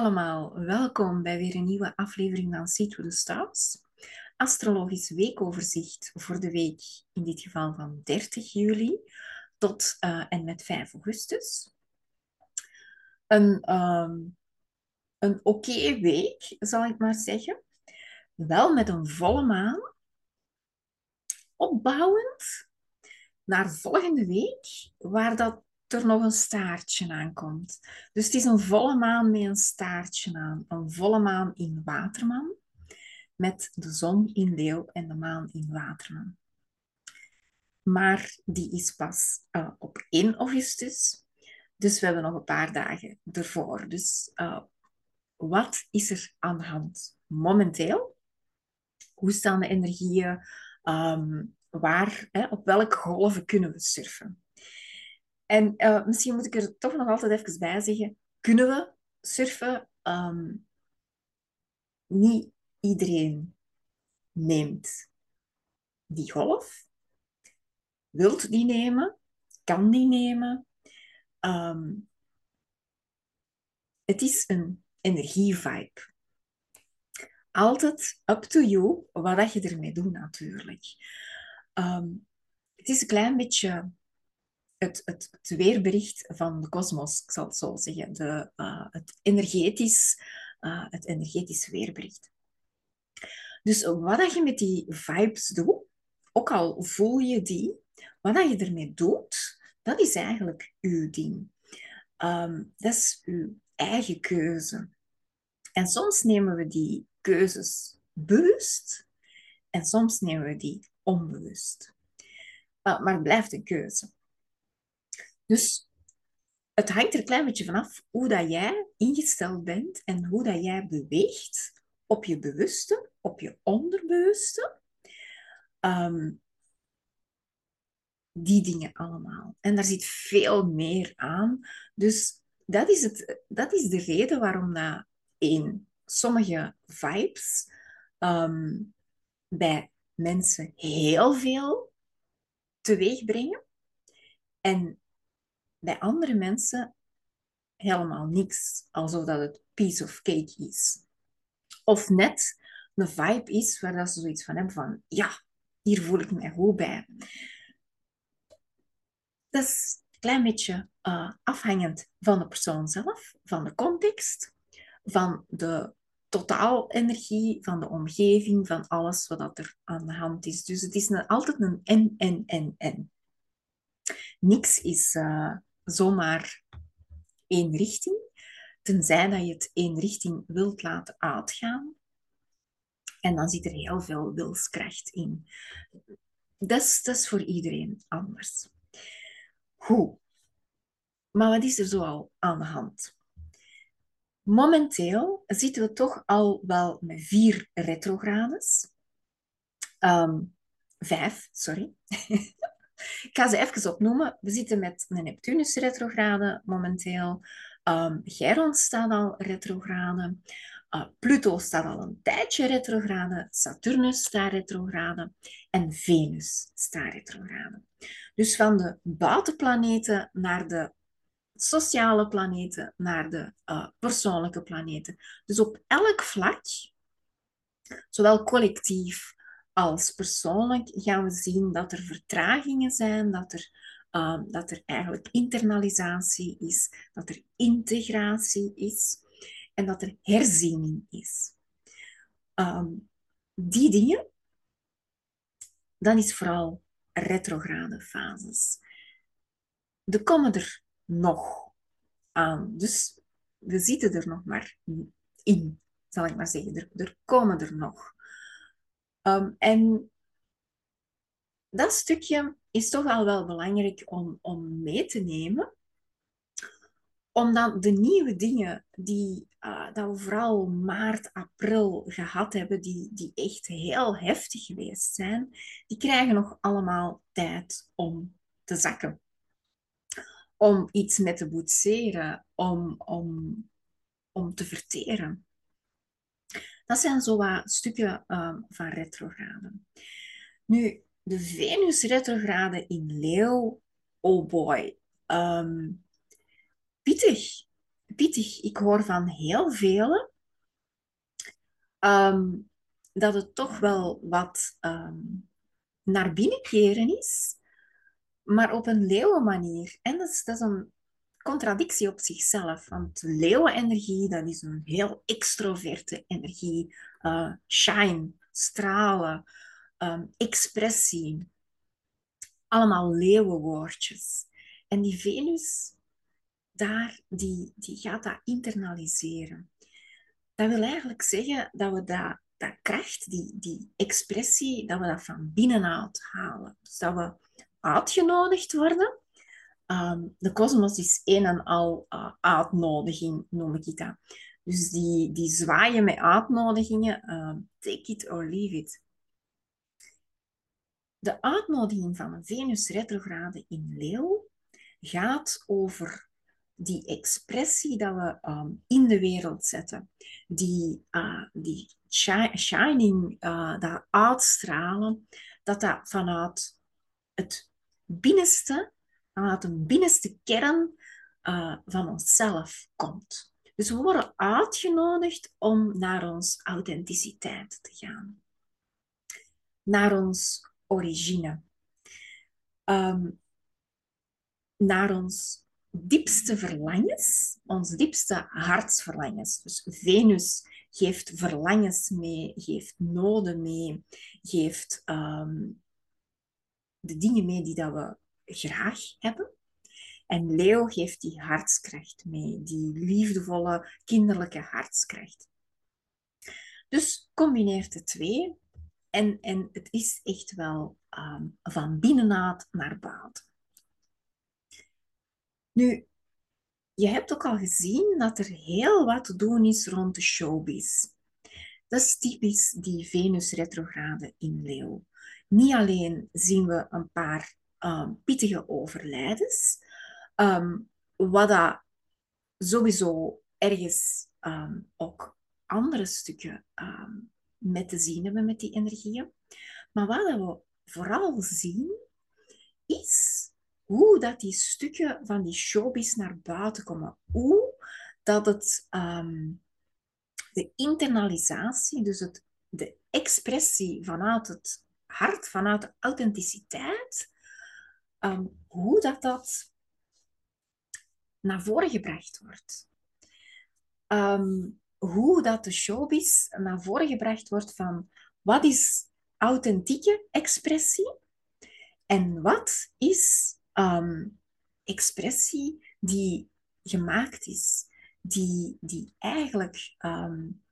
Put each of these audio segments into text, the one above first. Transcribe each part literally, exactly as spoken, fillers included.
allemaal, welkom bij weer een nieuwe aflevering van See to the Stars. Astrologisch weekoverzicht voor de week, in dit geval van dertig juli tot uh, en met vijf augustus. Een, ehm, een oké week, zal ik maar zeggen. Wel met een volle maan, opbouwend naar volgende week, waar dat er nog een staartje aan komt. Dus het is een volle maan met een staartje aan. Een volle maan in Waterman, met de zon in Leeuw en de maan in Waterman. Maar die is pas uh, op één augustus. Dus we hebben nog een paar dagen ervoor. Dus uh, wat is er aan de hand momenteel? Hoe staan de energieën? Um, waar, hè, op welke golven kunnen we surfen? En uh, misschien moet ik er toch nog altijd even bij zeggen, kunnen we surfen? Um, niet iedereen neemt die golf, wilt die nemen, kan die nemen. Um, het is een energievibe. Altijd up to you wat dat je ermee doet natuurlijk. Um, het is een klein beetje het, het, het weerbericht van de kosmos, ik zal het zo zeggen. De, uh, het, energetisch, uh, het energetisch weerbericht. Dus wat dat je met die vibes doet, ook al voel je die, wat dat je ermee doet, dat is eigenlijk uw ding. Um, dat is uw eigen keuze. En soms nemen we die keuzes bewust en soms nemen we die onbewust. Uh, maar het blijft een keuze. Dus het hangt er een klein beetje vanaf hoe dat jij ingesteld bent en hoe dat jij beweegt op je bewuste, op je onderbewuste. Um, die dingen allemaal. En daar zit veel meer aan. Dus dat is, het, dat is de reden waarom dat één, sommige vibes um, bij mensen heel veel teweeg brengen en bij andere mensen helemaal niks, alsof dat het piece of cake is. Of net een vibe is waar dat ze zoiets van hebben van, ja, hier voel ik mij goed bij. Dat is een klein beetje uh, afhangend van de persoon zelf, van de context, van de totaalenergie, van de omgeving, van alles wat er aan de hand is. Dus het is een, altijd een en, en, en, en. Niks is uh, zomaar één richting, tenzij dat je het één richting wilt laten uitgaan. En dan zit er heel veel wilskracht in. Dat is, dat is voor iedereen anders. Goed. Maar wat is er zoal aan de hand? Momenteel zitten we toch al wel met vier retrogrades. Um, vijf, sorry. Ik ga ze even opnoemen. We zitten met een Neptunus retrograde momenteel. Um, Chiron staat al retrograde. Uh, Pluto staat al een tijdje retrograde. Saturnus staat retrograde. En Venus staat retrograde. Dus van de buitenplaneten naar de sociale planeten, naar de uh, persoonlijke planeten. Dus op elk vlak, zowel collectief als persoonlijk, gaan we zien dat er vertragingen zijn, dat er, uh, dat er eigenlijk internalisatie is, dat er integratie is en dat er herziening is. Um, die dingen, dan is vooral retrograde fases. Er komen er nog aan. Dus we zitten er nog maar in, zal ik maar zeggen. Er, er komen er nog. Um, en dat stukje is toch al wel belangrijk om, om mee te nemen. Omdat de nieuwe dingen die uh, dat we vooral maart, april gehad hebben, die, die echt heel heftig geweest zijn, die krijgen nog allemaal tijd om te zakken. Om iets met te boetseren, om, om, om te verteren. Dat zijn zo wat stukken um, van retrograde. Nu, de Venus-retrograde in Leeuw, oh boy. Um, pittig. pittig. Ik hoor van heel velen ehm, dat het toch wel wat ehm, naar binnen keren is, maar op een leeuwenmanier. En dat is, dat is een contradictie op zichzelf, want leeuwenenergie, dat is een heel extroverte energie. Uh, shine, stralen, um, expressie, allemaal leeuwenwoordjes. En die Venus, daar, die, die gaat dat internaliseren. Dat wil eigenlijk zeggen dat we dat, dat kracht, die, die expressie, dat we dat van binnenuit halen. Dus dat we uitgenodigd worden. Um, de kosmos is een en al uh, uitnodiging, noem ik het dat. Dus die, die zwaaien met uitnodigingen, uh, take it or leave it. De uitnodiging van een Venus retrograde in Leeuw gaat over die expressie dat we um, in de wereld zetten. Die, uh, die shi shining, uh, dat uitstralen, dat dat vanuit het binnenste, vanuit een binnenste kern uh, van onszelf komt. Dus we worden uitgenodigd om naar onze authenticiteit te gaan. Naar ons origine. Um, naar ons diepste verlangens, ons diepste hartsverlangens. Dus Venus geeft verlangens mee, geeft noden mee, geeft um, de dingen mee die dat we graag hebben. En Leo geeft die hartskracht mee, die liefdevolle, kinderlijke hartskracht. Dus combineer de twee en, en het is echt wel um, van binnenuit naar buiten. Nu, je hebt ook al gezien dat er heel wat te doen is rond de showbiz. Dat is typisch die Venus-retrograde in Leeuw. Niet alleen zien we een paar um, pittige overlijdens, um, wat dat sowieso ergens um, ook andere stukken um, met te zien hebben met die energieën. Maar wat we vooral zien, is hoe dat die stukken van die showbiz naar buiten komen. Hoe dat het, um, de internalisatie, dus het, de expressie vanuit het hart, vanuit de authenticiteit, um, hoe dat dat naar voren gebracht wordt. Um, hoe dat de showbiz naar voren gebracht wordt van wat is authentieke expressie en wat is um, expressie die gemaakt is, die, die eigenlijk um,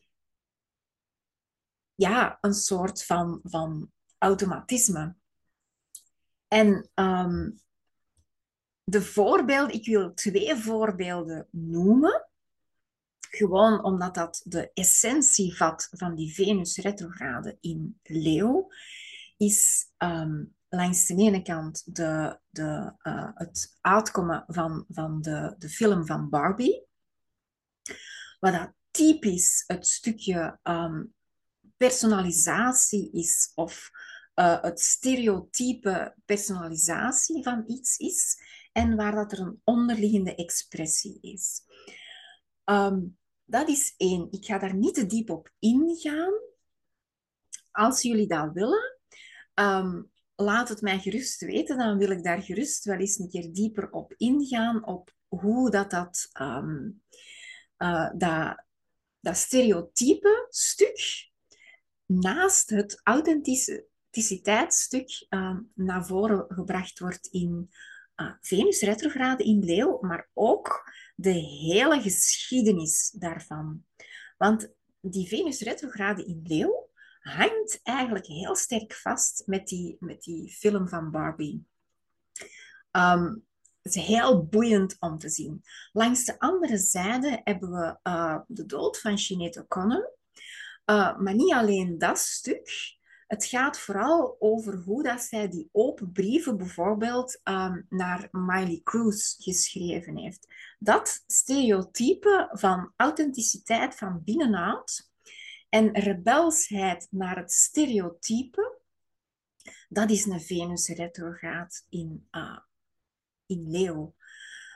ja, een soort van, van automatisme. En um, de voorbeelden, ik wil twee voorbeelden noemen, gewoon omdat dat de essentie vat van die Venus-retrograde in Leeuw, is um, langs de ene kant de, de, uh, het uitkomen van, van de, de film van Barbie, wat dat typisch het stukje um, personalisatie is of uh, het stereotype personalisatie van iets is en waar dat er een onderliggende expressie is. Um, dat is één. Ik ga daar niet te diep op ingaan. Als jullie dat willen, um, laat het mij gerust weten. Dan wil ik daar gerust wel eens een keer dieper op ingaan, op hoe dat, dat, um, uh, dat, dat stereotype stuk naast het authenticiteitsstuk uh, naar voren gebracht wordt in uh, Venus retrograde in Leeuw, maar ook de hele geschiedenis daarvan. Want die Venus retrograde in Leeuw hangt eigenlijk heel sterk vast met die, met die film van Barbie. Um, het is heel boeiend om te zien. Langs de andere zijde hebben we uh, de dood van Sinéad O'Connor. Uh, maar niet alleen dat stuk. Het gaat vooral over hoe dat zij die open brieven bijvoorbeeld um, naar Miley Cyrus geschreven heeft. Dat stereotype van authenticiteit van binnenuit en rebelsheid naar het stereotype, dat is een Venus retrograde in, uh, in Leeuw.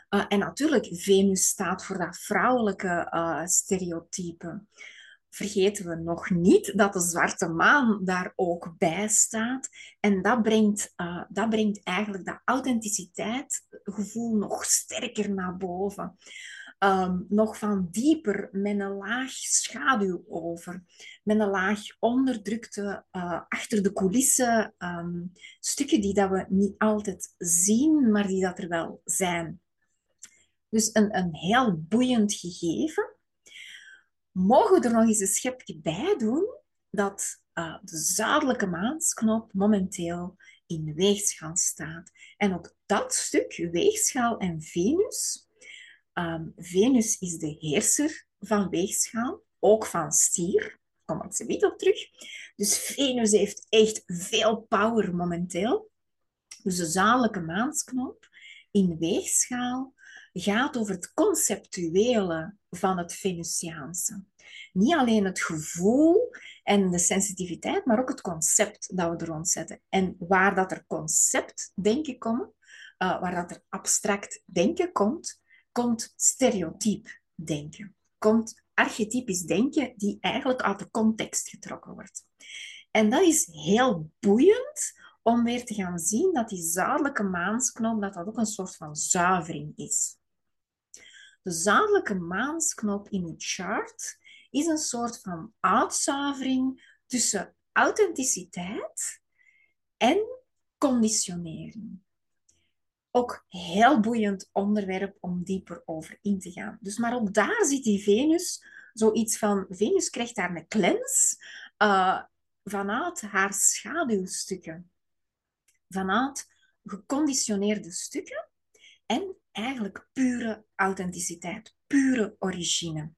Uh, en natuurlijk, Venus staat voor dat vrouwelijke uh, stereotype. Vergeten we nog niet dat de zwarte maan daar ook bij staat. En dat brengt, uh, dat brengt eigenlijk dat authenticiteitsgevoel nog sterker naar boven. Um, nog van dieper, met een laag schaduw over. Met een laag onderdrukte, uh, achter de coulissen, um, stukken die dat we niet altijd zien, maar die dat er wel zijn. Dus een, een heel boeiend gegeven. Mogen we er nog eens een schepje bij doen dat uh, de zuidelijke maansknop momenteel in weegschaal staat. En op dat stuk, weegschaal en Venus, um, Venus is de heerser van weegschaal, ook van stier, daar kom ik zo niet op terug. Dus Venus heeft echt veel power momenteel. Dus de zuidelijke maansknop in weegschaal gaat over het conceptuele van het Venusiaanse. Niet alleen het gevoel en de sensitiviteit, maar ook het concept dat we er rond zetten. En waar dat er conceptdenken komt, uh, waar dat er abstract denken komt, komt stereotyp denken. Komt archetypisch denken die eigenlijk uit de context getrokken wordt. En dat is heel boeiend om weer te gaan zien dat die zuidelijke maansknop dat dat ook een soort van zuivering is. De zuidelijke maansknop in uw chart is een soort van uitzuivering tussen authenticiteit en conditionering. Ook heel boeiend onderwerp om dieper over in te gaan. Dus maar ook daar zit die Venus zoiets van... Venus krijgt daar een cleanse uh, vanuit haar schaduwstukken. Vanuit geconditioneerde stukken en eigenlijk pure authenticiteit, pure origine.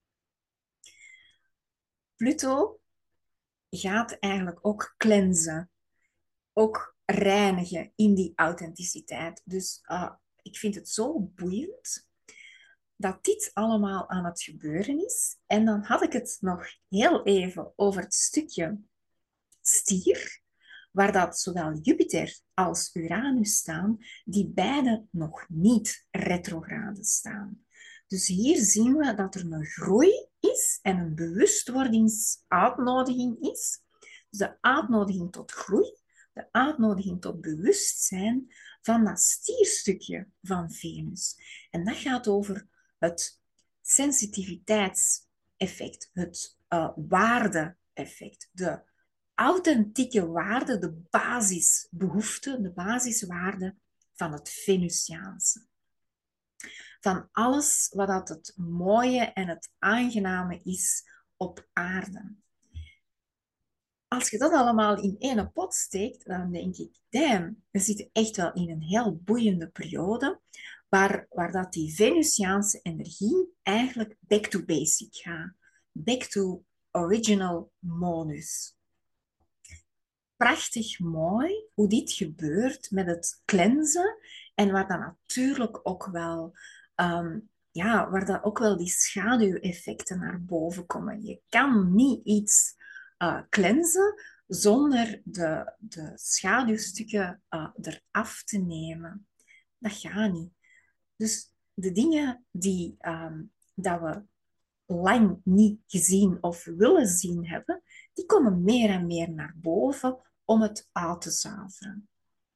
Pluto gaat eigenlijk ook cleansen, ook reinigen in die authenticiteit. Dus uh, ik vind het zo boeiend dat dit allemaal aan het gebeuren is. En dan had ik het nog heel even over het stukje stier, waar dat zowel Jupiter als Uranus staan, die beide nog niet retrograde staan. Dus hier zien we dat er een groei is en een bewustwordingsuitnodiging is. Dus de uitnodiging tot groei, de uitnodiging tot bewustzijn van dat stierstukje van Venus. En dat gaat over het sensitiviteitseffect, het uh, waarde-effect, de authentieke waarde, de basisbehoefte, de basiswaarde van het Venusiaanse. Van alles wat dat het mooie en het aangename is op aarde. Als je dat allemaal in één pot steekt, dan denk ik, damn, we zitten echt wel in een heel boeiende periode, waar, waar dat die Venusiaanse energie eigenlijk back to basic gaat. Back to original modus. Prachtig mooi hoe dit gebeurt met het cleansen en waar dan natuurlijk ook wel, um, ja, waar dan ook wel die schaduweffecten naar boven komen. Je kan niet iets uh, cleansen zonder de, de schaduwstukken uh, eraf te nemen. Dat gaat niet. Dus de dingen die um, dat we lang niet gezien of willen zien hebben, die komen meer en meer naar boven om het uit te zuiveren.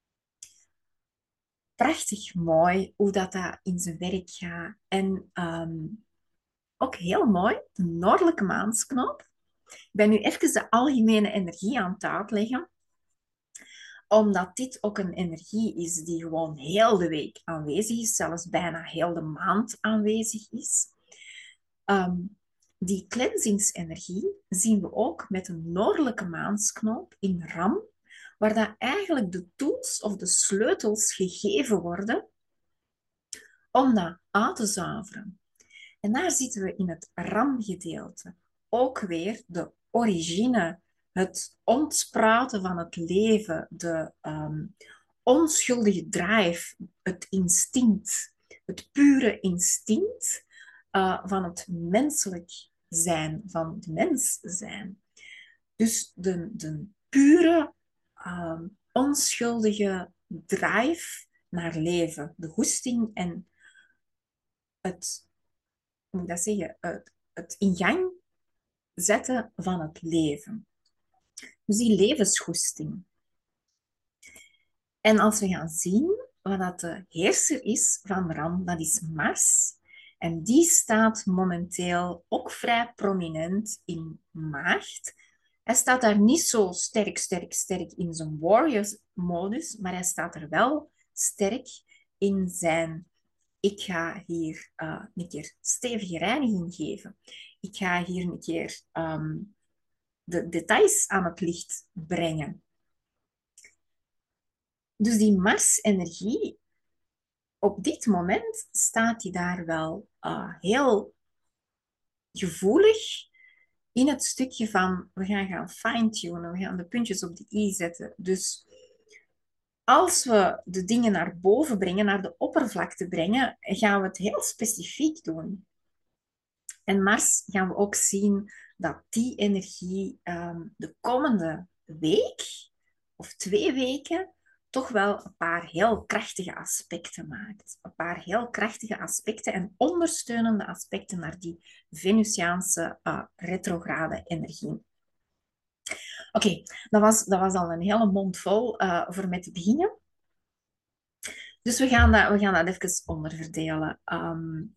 Prachtig mooi hoe dat, dat in zijn werk gaat. En um, ook heel mooi, de noordelijke maansknop. Ik ben nu even de algemene energie aan het uitleggen, omdat dit ook een energie is die gewoon heel de week aanwezig is, zelfs bijna heel de maand aanwezig is. Um, Die cleansingsenergie zien we ook met een noordelijke maansknop in Ram, waar dat eigenlijk de tools of de sleutels gegeven worden om dat uit te zuiveren. En daar zitten we in het Ram-gedeelte. Ook weer de origine, het ontspruiten van het leven, de um, onschuldige drive, het instinct, het pure instinct uh, van het menselijk zijn, van het mens zijn. Dus de, de pure, um, onschuldige drive naar leven, de goesting en het, hoe moet ik dat zeggen, het, het in gang zetten van het leven. Dus die levensgoesting. En als we gaan zien wat dat de heerser is van Ram, dat is Mars. En die staat momenteel ook vrij prominent in Maagd. Hij staat daar niet zo sterk, sterk, sterk in zijn warriors-modus, maar hij staat er wel sterk in zijn ik ga hier uh, een keer stevige reiniging geven. Ik ga hier een keer um, de details aan het licht brengen. Dus die Mars-energie, op dit moment staat die daar wel uh, heel gevoelig in het stukje van we gaan gaan fine-tunen, we gaan de puntjes op de i zetten. Dus als we de dingen naar boven brengen, naar de oppervlakte brengen, gaan we het heel specifiek doen. En Mars gaan we ook zien dat die energie um, de komende week of twee weken toch wel een paar heel krachtige aspecten maakt. Een paar heel krachtige aspecten en ondersteunende aspecten naar die Venusiaanse uh, retrograde energie. Oké, okay, dat, was, dat was al een hele mond vol uh, voor mee te beginnen. Dus we gaan dat, we gaan dat even onderverdelen. Um,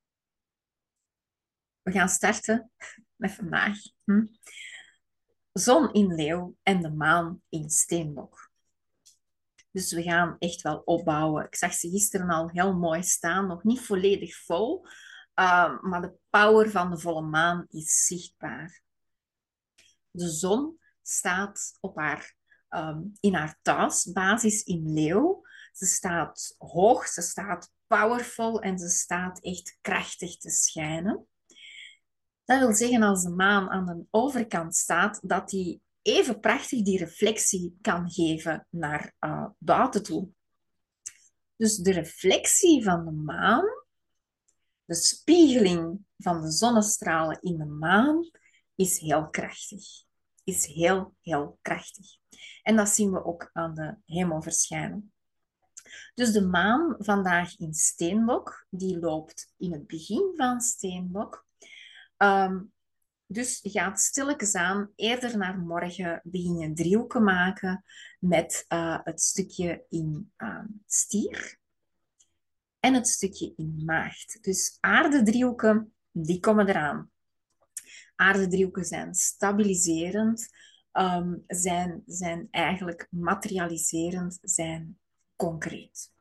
we gaan starten met vandaag. Hm? Zon in Leeuw en de maan in Steenbok. Dus we gaan echt wel opbouwen. Ik zag ze gisteren al heel mooi staan, nog niet volledig vol, uh, maar de power van de volle maan is zichtbaar. De zon staat op haar, um, in haar thuisbasis in Leeuw. Ze staat hoog, ze staat powerful en ze staat echt krachtig te schijnen. Dat wil zeggen, als de maan aan de overkant staat, dat die even prachtig die reflectie kan geven naar uh, buiten toe. Dus de reflectie van de maan, de spiegeling van de zonnestralen in de maan, is heel krachtig. Is heel, heel krachtig. En dat zien we ook aan de hemel verschijnen. Dus de maan vandaag in Steenbok, die loopt in het begin van Steenbok. Um, Dus gaat stilletjes aan eerder naar morgen beginnen driehoeken maken met uh, het stukje in uh, stier en het stukje in maagd. Dus aarde-driehoeken, die komen eraan. Aarde-driehoeken zijn stabiliserend, um, zijn, zijn eigenlijk materialiserend, zijn concreet.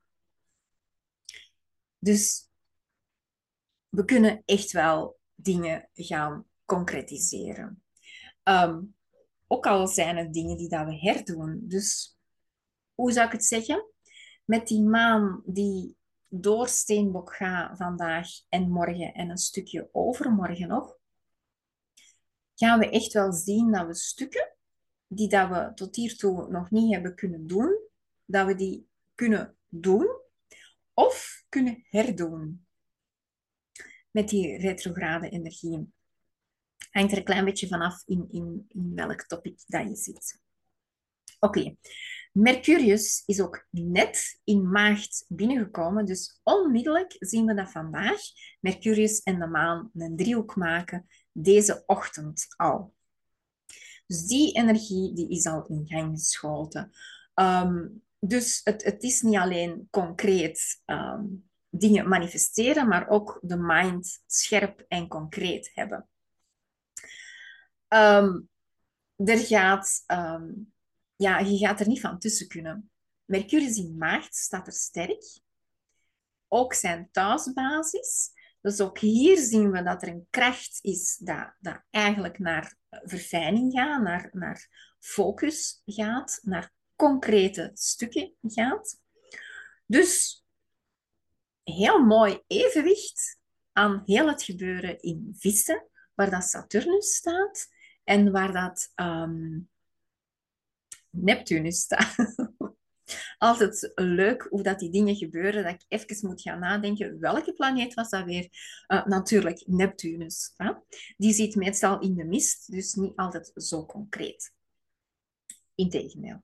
Dus we kunnen echt wel dingen gaan concretiseren. Um, ook al zijn het dingen die dat we herdoen. Dus hoe zou ik het zeggen? Met die maan die door Steenbok gaat vandaag en morgen en een stukje overmorgen nog, gaan we echt wel zien dat we stukken die dat we tot hiertoe nog niet hebben kunnen doen, dat we die kunnen doen of kunnen herdoen met die retrograde energie. Hangt er een klein beetje vanaf in, in, in welk topic dat je zit. Oké, okay. Mercurius is ook net in maagd binnengekomen, dus onmiddellijk zien we dat vandaag Mercurius en de maan een driehoek maken, deze ochtend al. Dus die energie die is al in gang geschoten. Um, dus het, het is niet alleen concreet um, dingen manifesteren, maar ook de mind scherp en concreet hebben. Um, er gaat... Um, Ja, je gaat er niet van tussen kunnen. Mercurius in maagd staat er sterk. Ook zijn thuisbasis. Dus ook hier zien we dat er een kracht is dat, dat eigenlijk naar verfijning gaat, naar, naar focus gaat, naar concrete stukken gaat. Dus heel mooi evenwicht aan heel het gebeuren in Vissen, waar dat Saturnus staat en waar dat... Um, Neptunus staat. Altijd leuk hoe dat die dingen gebeuren, dat ik even moet gaan nadenken. Welke planeet was dat weer? Uh, natuurlijk Neptunus. Hè? Die zit meestal in de mist, dus niet altijd zo concreet. Integendeel.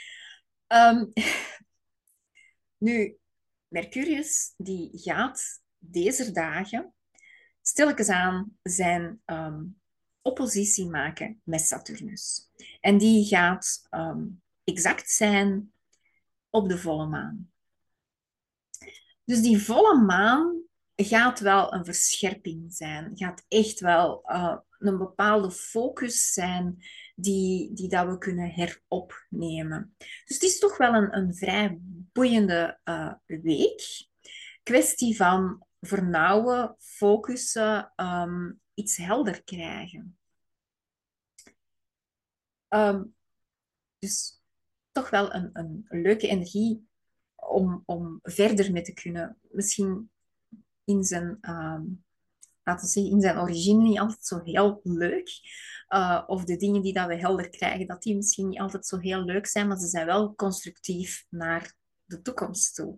Um, nu, Mercurius die gaat deze dagen stilletjes aan zijn um, oppositie maken met Saturnus. En die gaat um, exact zijn op de volle maan. Dus die volle maan gaat wel een verscherping zijn, gaat echt wel uh, een bepaalde focus zijn die, die dat we kunnen heropnemen. Dus het is toch wel een, een vrij boeiende uh, week. Kwestie van vernauwen, focussen, um, iets helder krijgen. Um, dus toch wel een, een leuke energie om, om verder mee te kunnen. Misschien in zijn, um, laten we zeggen, in zijn origine niet altijd zo heel leuk. Uh, of de dingen die dat we helder krijgen, dat die misschien niet altijd zo heel leuk zijn, maar ze zijn wel constructief naar de toekomst toe.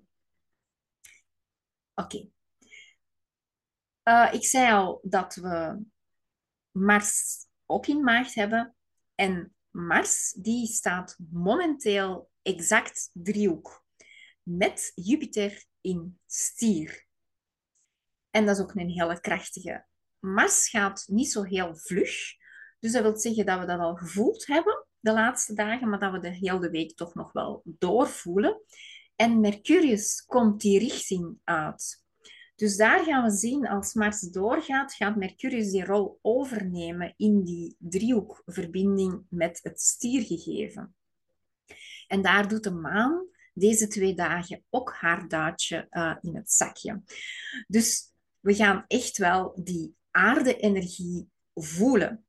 Oké. Okay. Uh, ik zei al dat we Mars ook in maagd hebben. En Mars die staat momenteel exact driehoek met Jupiter in stier. En dat is ook een hele krachtige. Mars gaat niet zo heel vlug. Dus dat wil zeggen dat we dat al gevoeld hebben de laatste dagen, maar dat we de hele week toch nog wel doorvoelen. En Mercurius komt die richting uit. Dus daar gaan we zien, als Mars doorgaat, gaat Mercurius die rol overnemen in die driehoekverbinding met het stiergegeven. En daar doet de maan deze twee dagen ook haar duitje uh, in het zakje. Dus we gaan echt wel die aarde-energie voelen.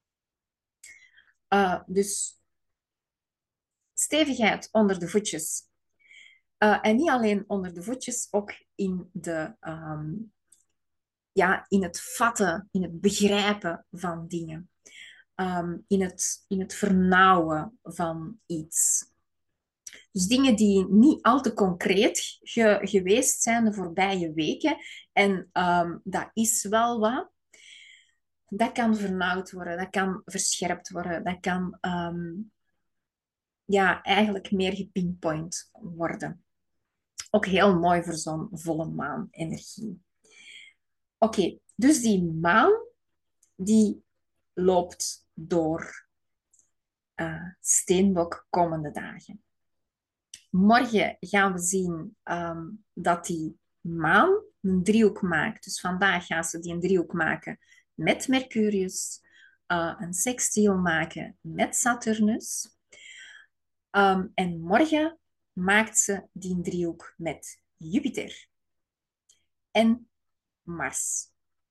Uh, dus stevigheid onder de voetjes. Uh, en niet alleen onder de voetjes, ook in, de, um, ja, in het vatten, in het begrijpen van dingen. Um, in, het, in het vernauwen van iets. Dus dingen die niet al te concreet ge, geweest zijn de voorbije weken. En um, dat is wel wat. Dat kan vernauwd worden, dat kan verscherpt worden, dat kan um, ja, eigenlijk meer gepinpoint worden. Ook heel mooi voor zo'n volle maan energie. Oké, okay, dus die maan die loopt door uh, Steenbok komende dagen. Morgen gaan we zien um, dat die maan een driehoek maakt. Dus vandaag gaan ze die een driehoek maken met Mercurius, uh, een sextiel maken met Saturnus. Um, en morgen maakt ze die driehoek met Jupiter en Mars.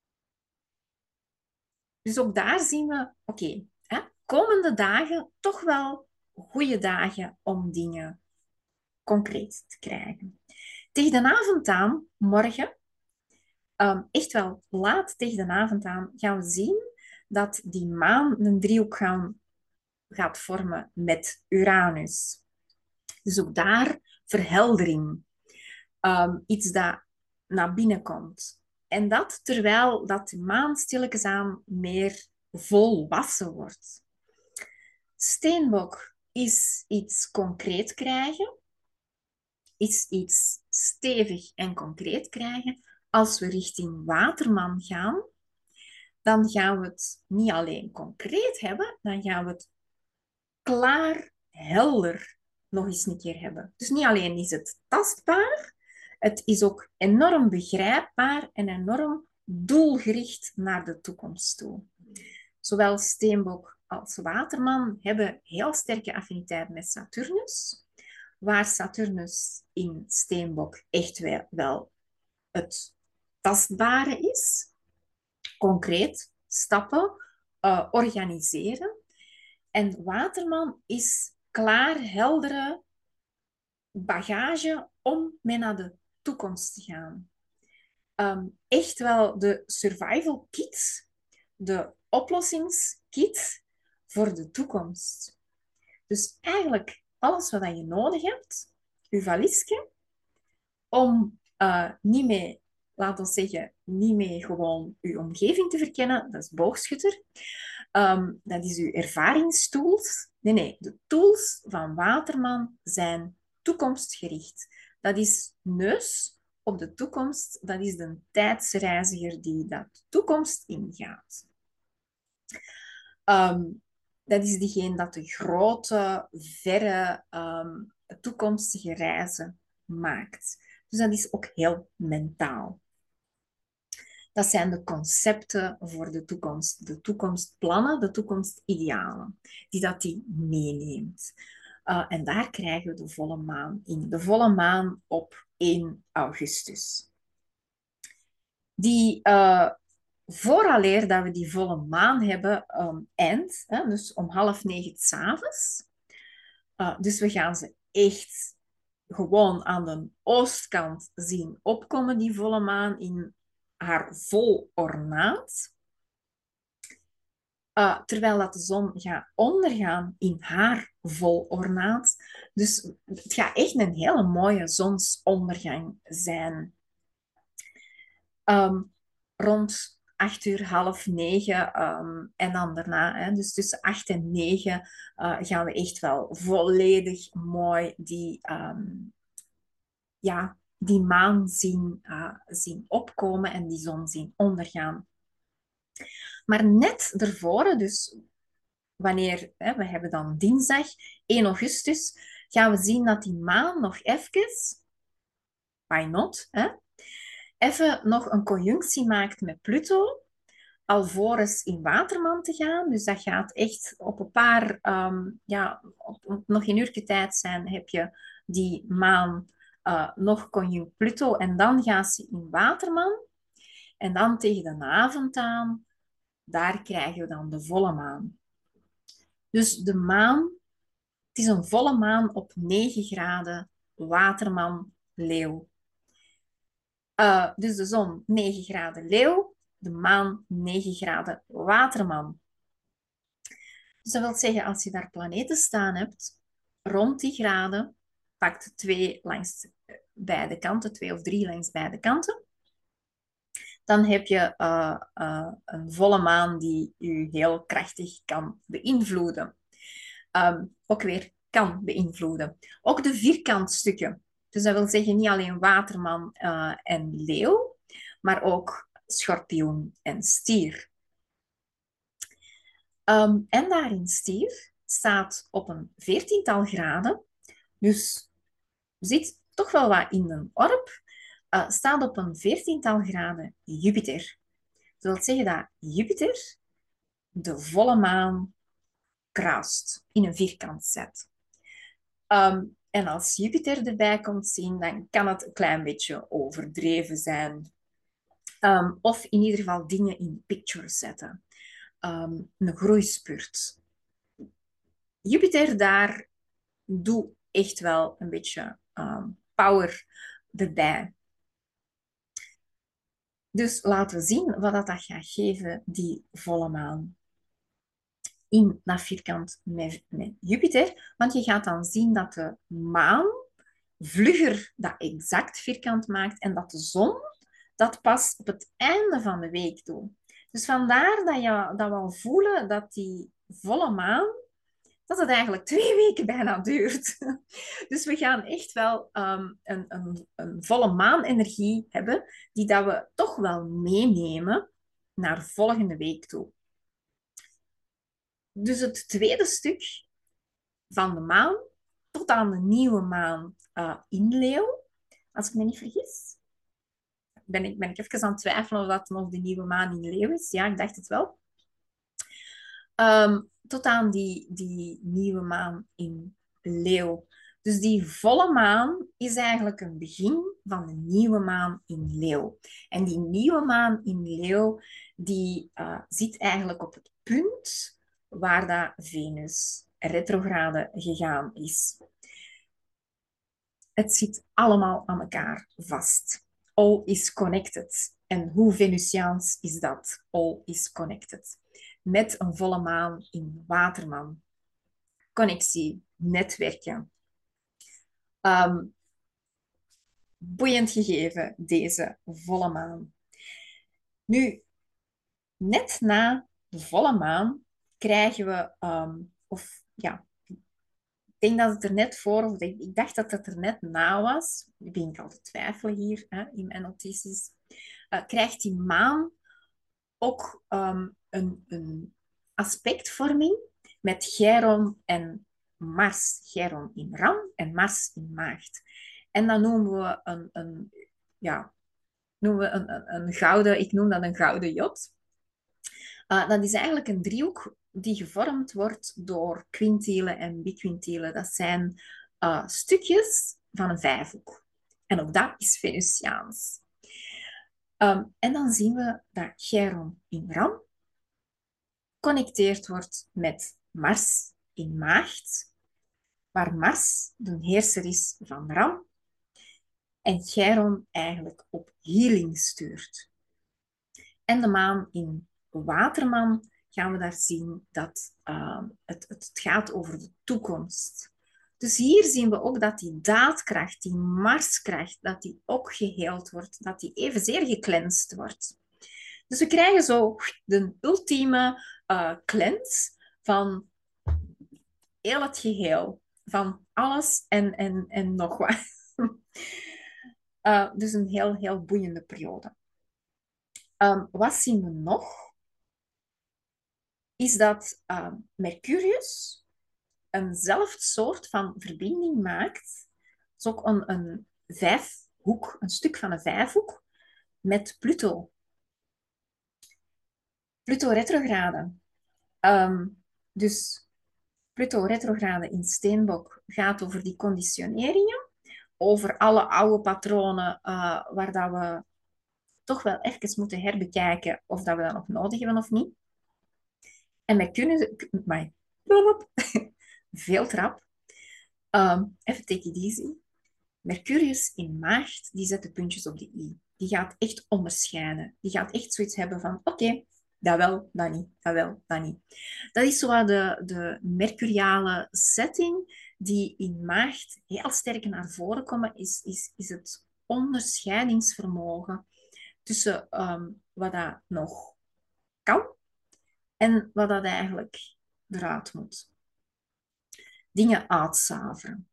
Dus ook daar zien we, oké, okay, komende dagen toch wel goede dagen om dingen concreet te krijgen. Tegen de avond aan, morgen, um, echt wel laat tegen de avond aan, gaan we zien dat die maan een driehoek gaan, gaat vormen met Uranus. Dus ook daar verheldering. Um, iets dat naar binnen komt. En dat terwijl dat de maan stilletjes aan meer volwassen wordt. Steenbok is iets concreet krijgen. Is iets stevig en concreet krijgen. Als we richting Waterman gaan, dan gaan we het niet alleen concreet hebben, dan gaan we het klaar, helder nog eens een keer hebben. Dus niet alleen is het tastbaar, het is ook enorm begrijpbaar en enorm doelgericht naar de toekomst toe. Zowel Steenbok als Waterman hebben heel sterke affiniteit met Saturnus, waar Saturnus in Steenbok echt wel het tastbare is, concreet, stappen, uh, organiseren. En Waterman is klaar, heldere bagage om mee naar de toekomst te gaan. Um, echt wel de survival kit, de oplossingskit voor de toekomst. Dus eigenlijk alles wat je nodig hebt, je valiesje, om uh, niet mee, laten we zeggen, niet mee gewoon je omgeving te verkennen, dat is boogschutter. Um, dat is uw ervaringstools. Nee, nee, de tools van Waterman zijn toekomstgericht. Dat is neus op de toekomst, dat is de tijdsreiziger die dat de toekomst ingaat. Um, dat is diegene dat de grote, verre, um, toekomstige reizen maakt. Dus dat is ook heel mentaal. Dat zijn de concepten voor de toekomst, de toekomstplannen, de toekomstidealen, die dat die meeneemt. Uh, en daar krijgen we de volle maan in. De volle maan op één augustus. Die, uh, vooraleer dat we die volle maan hebben, um, eind, hè, dus om half negen 's avonds. Uh, dus we gaan ze echt gewoon aan de oostkant zien opkomen, die volle maan in haar vol ornaat. Uh, terwijl dat de zon gaat ondergaan in haar vol ornaat. Dus het gaat echt een hele mooie zonsondergang zijn. Um, rond acht uur, half negen um, en dan daarna, hè, dus tussen acht en negen, uh, gaan we echt wel volledig mooi die, um, ja, die maan zien, uh, zien opkomen en die zon zien ondergaan. Maar net ervoor, dus wanneer, hè, we hebben dan dinsdag één augustus, gaan we zien dat die maan nog even, why not, hè, even nog een conjunctie maakt met Pluto, alvorens in Waterman te gaan. Dus dat gaat echt op een paar, um, ja, op, op nog geen uurtje tijd zijn, heb je die maan uh, nog conjunct Pluto en dan gaat ze in Waterman. En dan tegen de avond aan, daar krijgen we dan de volle maan. Dus de maan, het is een volle maan op negen graden, Waterman, Leeuw. Uh, dus de zon negen graden Leeuw, de maan negen graden Waterman. Dus dat wil zeggen, als je daar planeten staan hebt, rond die graden, pakt twee langs beide kanten, twee of drie langs beide kanten, dan heb je uh, uh, een volle maan die je heel krachtig kan beïnvloeden. Um, ook weer kan beïnvloeden. Ook de vierkantstukken. Dus dat wil zeggen niet alleen Waterman uh, en Leeuw, maar ook Schorpioen en Stier. Um, en daarin Stier staat op een veertiental graden, dus zit toch wel wat in een orb, uh, staat op een veertiental graden Jupiter. Dat wil zeggen dat Jupiter de volle maan kruist, in een vierkant zet. Um, en als Jupiter erbij komt zien, dan kan het een klein beetje overdreven zijn. Um, of in ieder geval dingen in picture zetten. Um, een groeispurt. Jupiter daar doet echt wel een beetje um, power erbij. Dus laten we zien wat dat gaat geven, die volle maan. In dat vierkant met, met Jupiter. Want je gaat dan zien dat de maan vlugger dat exact vierkant maakt en dat de zon dat pas op het einde van de week doet. Dus vandaar dat, je, dat we al voelen dat die volle maan, dat het eigenlijk twee weken bijna duurt. Dus we gaan echt wel um, een, een, een volle maanenergie hebben, die dat we toch wel meenemen naar volgende week toe. Dus het tweede stuk van de maan tot aan de nieuwe maan uh, in Leeuw, als ik me niet vergis. Ben ik, ben ik even aan het twijfelen of dat nog de nieuwe maan in Leeuw is. Ja, ik dacht het wel. Um, tot aan die, die nieuwe maan in Leeuw. Dus die volle maan is eigenlijk een begin van de nieuwe maan in Leeuw. En die nieuwe maan in Leeuw, die uh, zit eigenlijk op het punt waar dat Venus retrograde gegaan is. Het zit allemaal aan elkaar vast. All is connected. En hoe Venusiaans is dat? All is connected. Met een volle maan in Waterman. Connectie, netwerken. Um, boeiend gegeven, deze volle maan. Nu, net na de volle maan krijgen we, um, of ja, denk dat het er net voor, of ik, ik dacht dat het er net na was, ik ben ik al te twijfelen hier hè, in mijn notities, uh, krijgt die maan ook um, een, een aspectvorming met Chiron en Mars. Chiron in Ram en Mars in Maagd. En dan noemen we een, een, ja, noemen we een, een, een gouden, ik noem dat een gouden jot. Uh, dat is eigenlijk een driehoek die gevormd wordt door quintielen en biquintielen. Dat zijn uh, stukjes van een vijfhoek. En ook dat is Venusiaans. Um, en dan zien we dat Chiron in Ram connecteerd wordt met Mars in Maagd, waar Mars de heerser is van Ram en Chiron eigenlijk op healing stuurt. En de maan in Waterman gaan we daar zien dat uh, het, het gaat over de toekomst. Dus hier zien we ook dat die daadkracht, die Marskracht, dat die ook geheeld wordt, dat die evenzeer gecleansed wordt. Dus we krijgen zo de ultieme uh, cleanse van heel het geheel, van alles en, en, en nog wat. uh, dus een heel, heel boeiende periode. Um, wat zien we nog? Is dat uh, Mercurius eenzelfde soort van verbinding maakt. Het is ook een, een vijfhoek, een stuk van een vijfhoek, met Pluto. Pluto retrograde. Um, dus Pluto retrograde in Steenbok gaat over die conditioneringen, over alle oude patronen uh, waar dat we toch wel even moeten herbekijken of dat we dat nog nodig hebben of niet. En wij kunnen... Maar, veel trap. Um, even take it easy. Mercurius in Maagd, die zet de puntjes op de i. Die gaat echt onderscheiden. Die gaat echt zoiets hebben van, oké, okay, dat wel, dat niet, dat wel, dat niet. Dat is zo de, de mercuriale setting die in Maagd heel sterk naar voren komt, is, is, is het onderscheidingsvermogen tussen um, wat dat nog kan en wat dat eigenlijk eruit moet. Dingen uitzaveren.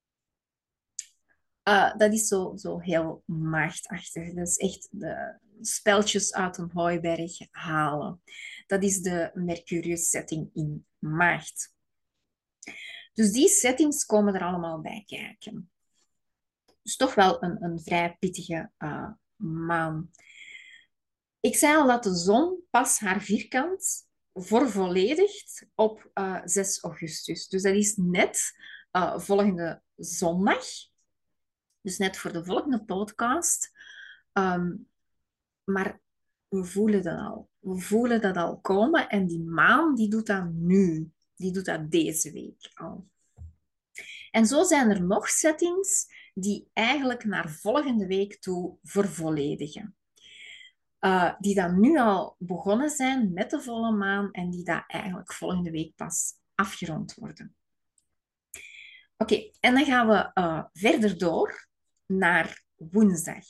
Uh, dat is zo, zo heel maagdachtig. Dat is echt de speltjes uit een hooiberg halen. Dat is de Mercurius-setting in maagd. Dus die settings komen er allemaal bij kijken. Dus toch wel een, een vrij pittige uh, maan. Ik zei al dat de zon pas haar vierkant vervolledigt op uh, zes augustus. Dus dat is net uh, volgende zondag. Dus net voor de volgende podcast. Um, maar we voelen dat al. We voelen dat al komen. En die maan, die doet dat nu. Die doet dat deze week al. En zo zijn er nog settings die eigenlijk naar volgende week toe vervolledigen. Uh, die dan nu al begonnen zijn met de volle maan en die dat eigenlijk volgende week pas afgerond worden. Oké, okay, en dan gaan we uh, verder door naar woensdag.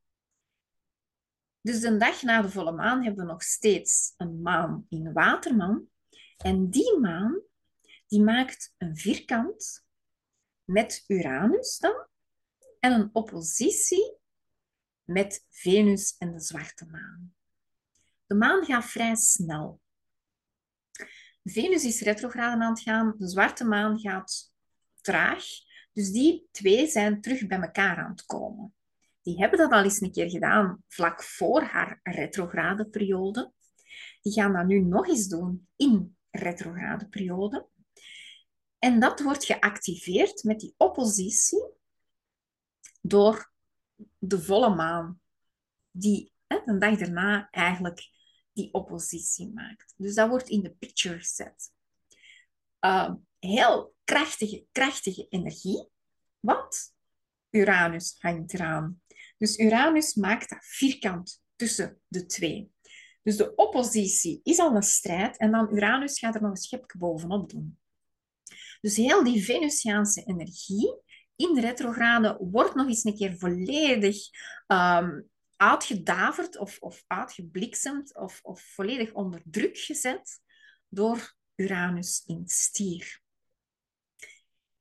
Dus de dag na de volle maan hebben we nog steeds een maan in Waterman. En die maan, die maakt een vierkant met Uranus dan en een oppositie met Venus en de zwarte maan. De maan gaat vrij snel. Venus is retrograde aan het gaan, de zwarte maan gaat traag. Dus die twee zijn terug bij elkaar aan het komen. Die hebben dat al eens een keer gedaan, vlak voor haar retrograde periode. Die gaan dat nu nog eens doen in retrograde periode. En dat wordt geactiveerd met die oppositie door de volle maan, die hè, de dag daarna eigenlijk die oppositie maakt. Dus dat wordt in de picture gezet. Uh, heel krachtige, krachtige energie, want Uranus hangt eraan. Dus Uranus maakt dat vierkant tussen de twee. Dus de oppositie is al een strijd en dan Uranus gaat er nog een schepje bovenop doen. Dus heel die Venusiaanse energie in retrograde wordt nog eens een keer volledig um, uitgedaverd of, of uitgebliksemd of, of volledig onder druk gezet door Uranus in stier.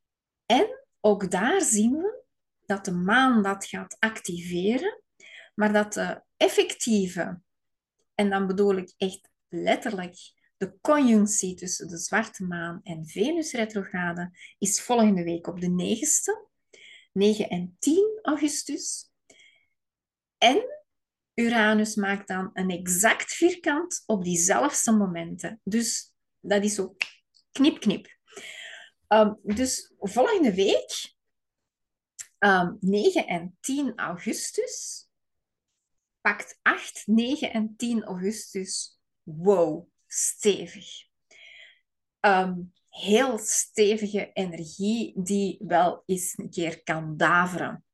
En ook daar zien we dat de maan dat gaat activeren, maar dat de effectieve, en dan bedoel ik echt letterlijk de conjunctie tussen de zwarte maan en Venus retrograde, is volgende week op de negende, negen en tien augustus. En Uranus maakt dan een exact vierkant op diezelfde momenten. Dus dat is zo knip, knip. Um, dus volgende week, um, negen en tien augustus, pakt acht, negen en tien augustus. Wow, stevig. Um, heel stevige energie die wel eens een keer kan daveren.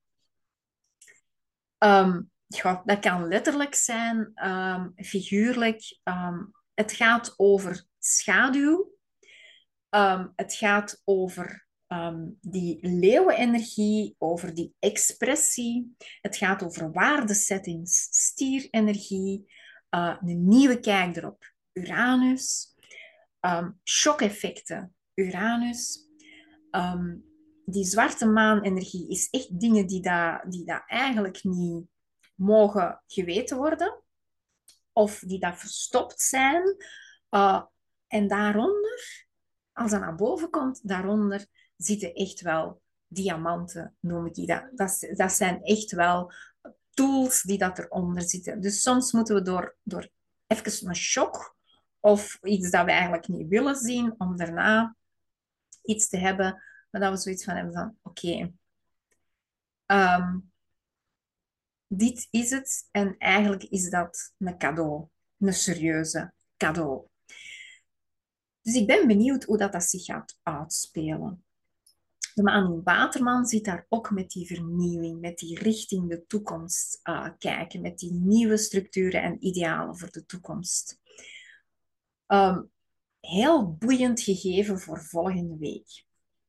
Um, ja, dat kan letterlijk zijn, um, figuurlijk. Um, het gaat over schaduw. Um, het gaat over um, die leeuwenenergie, over die expressie. Het gaat over waardesettings, stierenergie, uh, een nieuwe kijk erop. Uranus, um, shock-effecten, Uranus. Um, die zwarte maanenergie is echt dingen die daar die dat eigenlijk niet mogen geweten worden, of die dat verstopt zijn. Uh, en daaronder, als dat naar boven komt, daaronder zitten echt wel diamanten, noem ik die dat. Dat, dat zijn echt wel tools die dat eronder zitten. Dus soms moeten we door, door even een shock of iets dat we eigenlijk niet willen zien, om daarna iets te hebben, maar dat we zoiets van hebben van, oké, okay, um, dit is het en eigenlijk is dat een cadeau, een serieuze cadeau. Dus ik ben benieuwd hoe dat, dat zich gaat uitspelen. De maan in Waterman zit daar ook met die vernieuwing, met die richting de toekomst uh, kijken, met die nieuwe structuren en idealen voor de toekomst. Um, heel boeiend gegeven voor volgende week.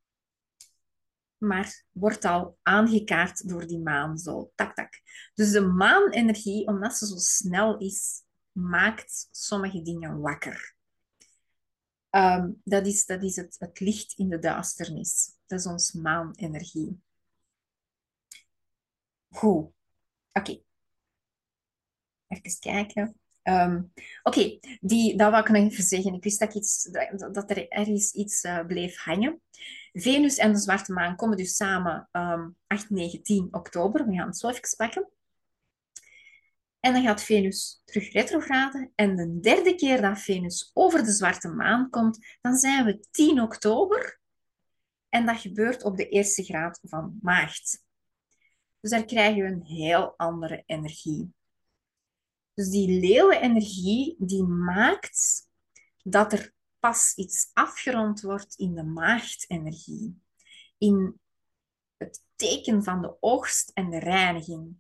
Maar wordt al aangekaart door die maan zo, tak, tak. Dus de maanenergie, omdat ze zo snel is, maakt sommige dingen wakker. Um, dat is, dat is het, het licht in de duisternis. Dat is ons maanenergie. Goed. Oké. Okay. Even kijken. Um, Oké, okay. Die dat wou ik nog even zeggen. Ik wist dat, ik iets, dat, dat er ergens iets uh, bleef hangen. Venus en de zwarte maan komen dus samen um, acht, negen, tien oktober. We gaan het zo even pakken. En dan gaat Venus terug retrograde. En de derde keer dat Venus over de zwarte maan komt, dan zijn we tien oktober. En dat gebeurt op de eerste graad van maagd. Dus daar krijgen we een heel andere energie. Dus die leeuwenenergie die maakt dat er pas iets afgerond wordt in de maagdenergie. In het teken van de oogst en de reiniging.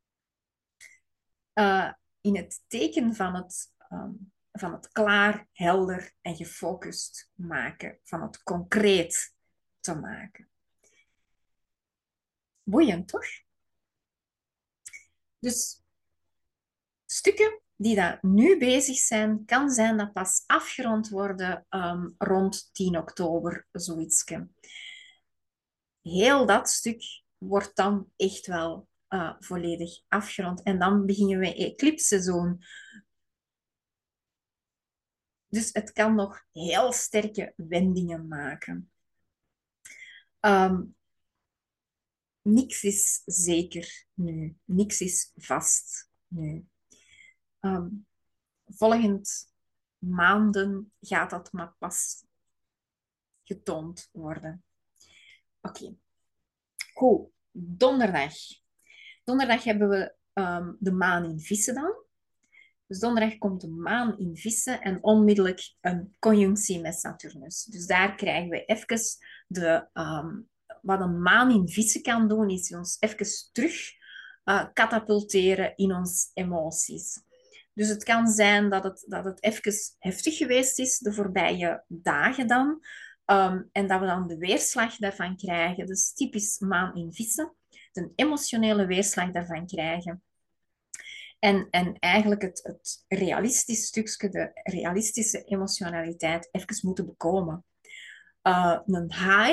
Uh, in het teken van het, um, van het klaar, helder en gefocust maken. Van het concreet te maken. Boeiend, toch? Dus stukken die dat nu bezig zijn, kan zijn dat pas afgerond worden um, rond tien oktober, zoiets. Heel dat stuk wordt dan echt wel uh, volledig afgerond. En dan beginnen we eclipseseizoen. Dus het kan nog heel sterke wendingen maken. Um, niks is zeker nu. Niks is vast nu. Um, volgend maanden gaat dat maar pas getoond worden. Oké. Okay. Goed. Donderdag. Donderdag hebben we um, de maan in vissen dan. Dus donderdag komt de maan in vissen en onmiddellijk een conjunctie met Saturnus. Dus daar krijgen we even de... Um, wat een maan in vissen kan doen, is ons even terug uh, katapulteren in onze emoties. Dus het kan zijn dat het, dat het even heftig geweest is de voorbije dagen dan. Um, en dat we dan de weerslag daarvan krijgen. Dus typisch maan in vissen. De emotionele weerslag daarvan krijgen. En, en eigenlijk het, het realistisch stukje, de realistische emotionaliteit, even moeten bekomen. Uh, een high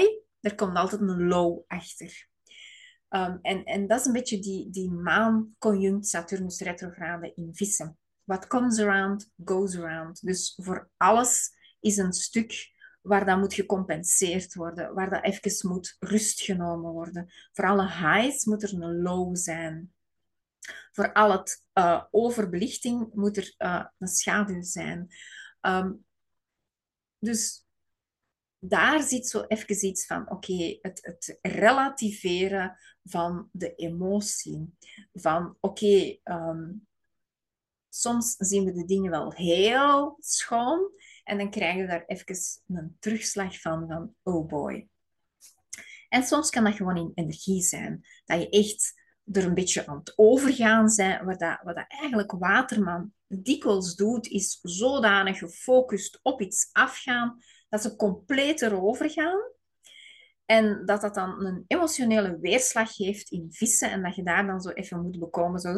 Er komt altijd een low achter. Um, en, en dat is een beetje die, die maan-conjunct Saturnus retrograde in vissen. What comes around, goes around. Dus voor alles is een stuk waar dat moet gecompenseerd worden, waar dat even moet rust genomen worden. Voor alle highs moet er een low zijn. Voor al het uh, overbelichting moet er uh, een schaduw zijn. Um, dus daar zit zo even iets van, oké, okay, het, het relativeren van de emotie. Van, oké, okay, um, soms zien we de dingen wel heel schoon en dan krijgen we daar even een terugslag van, van oh boy. En soms kan dat gewoon in energie zijn. Dat je echt er een beetje aan het overgaan bent. Wat, dat, wat dat eigenlijk Waterman dikwijls doet, is zodanig gefocust op iets afgaan, dat ze compleet erover gaan. En dat dat dan een emotionele weerslag geeft in vissen. En dat je daar dan zo even moet bekomen. Zo.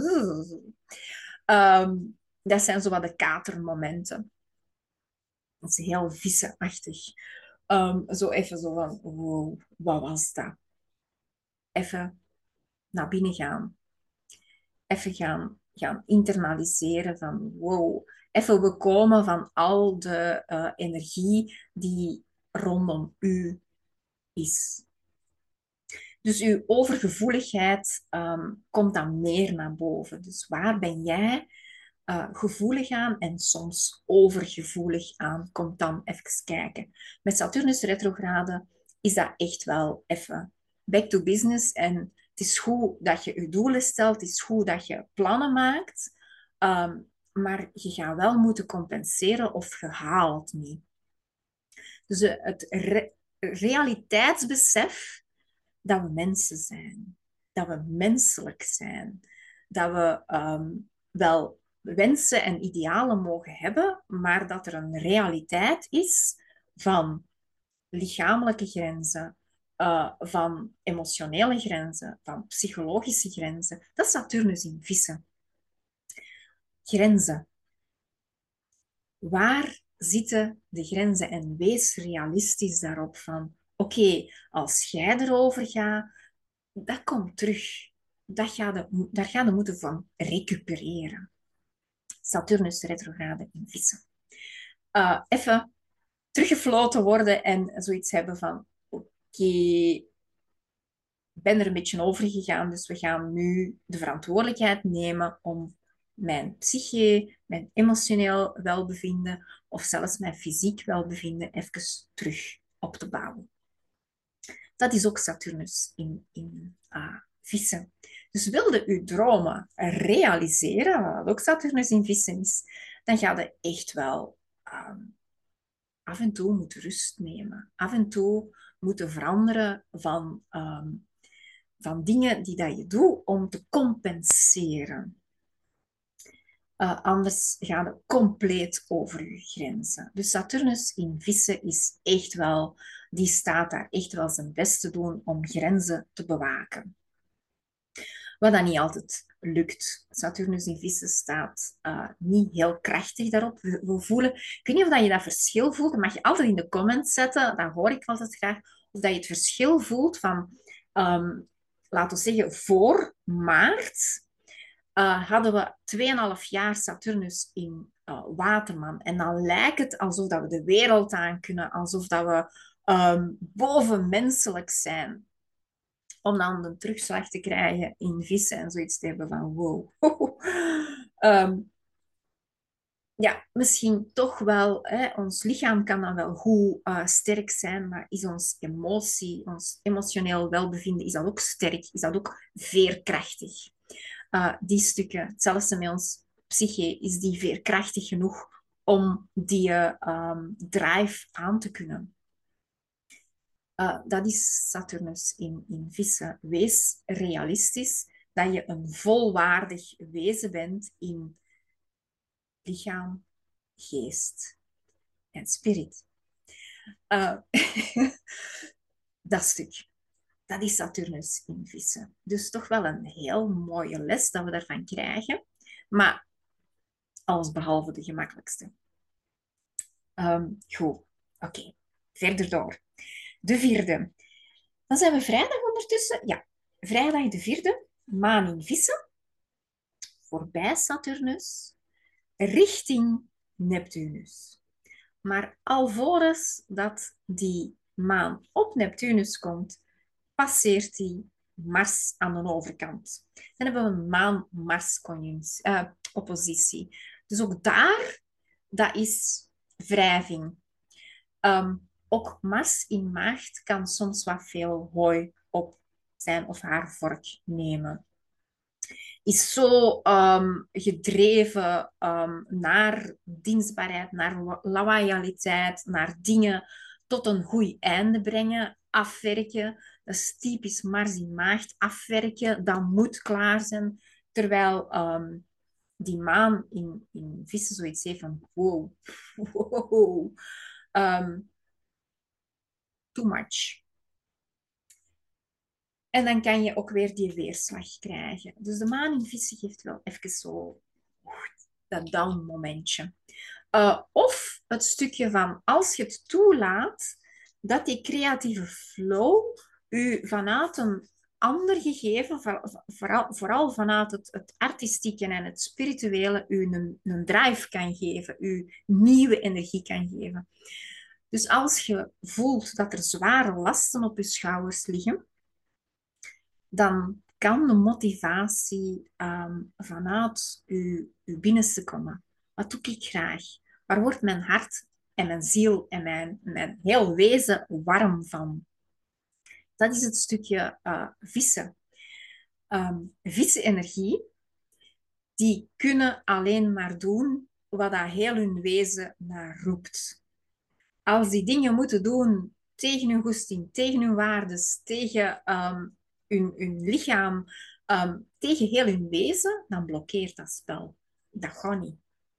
Um, dat zijn zo wat de katermomenten. Dat is heel vissenachtig. Um, zo even zo van, wow, wat was dat? Even naar binnen gaan. Even gaan, gaan internaliseren van, wow. Even bekomen van al de uh, energie die rondom u is. Dus uw overgevoeligheid um, komt dan meer naar boven. Dus waar ben jij uh, gevoelig aan en soms overgevoelig aan? Komt dan even kijken. Met Saturnus retrograde is dat echt wel even back to business. En het is goed dat je je doelen stelt. Het is goed dat je plannen maakt. Um, maar je gaat wel moeten compenseren of je haalt niet. Dus uh, het re realiteitsbesef dat we mensen zijn. Dat we menselijk zijn. Dat we um, wel wensen en idealen mogen hebben, maar dat er een realiteit is van lichamelijke grenzen, uh, van emotionele grenzen, van psychologische grenzen. Dat is Saturnus in vissen. Grenzen. Waar zitten de grenzen? En wees realistisch daarop van, oké, okay, als jij erover gaat, dat komt terug. Dat ga je, daar ga je moeten van recupereren. Saturnus retrograde in vissen. Uh, even teruggefloten worden en zoiets hebben van, oké, okay, ik ben er een beetje over gegaan, dus we gaan nu de verantwoordelijkheid nemen om mijn psyche, mijn emotioneel welbevinden of zelfs mijn fysiek welbevinden even terug op te bouwen. Dat is ook Saturnus in, in uh, vissen. Dus wilde uw dromen realiseren, wat ook Saturnus in vissen is, dan ga je echt wel um, af en toe moeten rust nemen. Af en toe moeten veranderen van, um, van dingen die dat je doet om te compenseren. Uh, anders ga je compleet over je grenzen. Dus Saturnus in vissen is echt wel, die staat daar echt wel zijn best te doen om grenzen te bewaken. Wat dan niet altijd lukt. Saturnus in vissen staat uh, niet heel krachtig daarop. We, we voelen, ik weet niet of je dat verschil voelt, dat mag je altijd in de comments zetten, dat hoor ik altijd graag, of dat je het verschil voelt van, um, laten we zeggen, voor maart uh, hadden we twee en een half jaar Saturnus in uh, Waterman. En dan lijkt het alsof dat we de wereld aan kunnen, alsof dat we um, bovenmenselijk zijn. Om dan een terugslag te krijgen in vissen en zoiets te hebben van wow. um, ja, misschien toch wel, hè, ons lichaam kan dan wel goed uh, sterk zijn, maar is ons emotie, ons emotioneel welbevinden, is dat ook sterk? Is dat ook veerkrachtig? Uh, die stukken, hetzelfde met ons psyche, is die veerkrachtig genoeg om die uh, um, drive aan te kunnen? Uh, dat is Saturnus in, in vissen. Wees realistisch dat je een volwaardig wezen bent in lichaam, geest en spirit. Uh, dat stuk, dat is Saturnus in vissen. Dus toch wel een heel mooie les dat we daarvan krijgen. Maar alles behalve de gemakkelijkste. Um, goed, oké. Okay. Verder door. De vierde. Dan zijn we vrijdag ondertussen. Ja, vrijdag de vierde, maan in vissen, voorbij Saturnus, richting Neptunus. Maar alvorens dat die maan op Neptunus komt, passeert die Mars aan de overkant. Dan hebben we een maan-Mars-oppositie. Dus ook daar, dat is wrijving. Um, ook Mars in maagd kan soms wat veel hooi op zijn of haar vork nemen. Is zo um, gedreven um, naar dienstbaarheid, naar loyaliteit, naar dingen tot een goed einde brengen, afwerken. Dat is typisch Mars in maagd, afwerken, dat moet klaar zijn. Terwijl um, die maan in, in vissen zoiets heeft van wow, wow, um, too much. En dan kan je ook weer die weerslag krijgen. Dus de maan in vissen geeft wel even zo dat down momentje. Uh, of het stukje van als je het toelaat, dat die creatieve flow u vanuit een ander gegeven, vooral, vooral vanuit het, het artistieke en het spirituele, u een, een drive kan geven, u nieuwe energie kan geven. Dus als je voelt dat er zware lasten op je schouders liggen, dan kan de motivatie um, vanuit uw, uw binnenste komen. Wat doe ik graag? Waar wordt mijn hart en mijn ziel en mijn, mijn heel wezen warm van? Dat is het stukje uh, vissen. Um, Vissen-energie, die kunnen alleen maar doen wat dat heel hun wezen naar roept. Als die dingen moeten doen tegen hun goesting, tegen hun waardes, tegen um, hun, hun lichaam, um, tegen heel hun wezen, dan blokkeert dat spel. Dat gaat niet.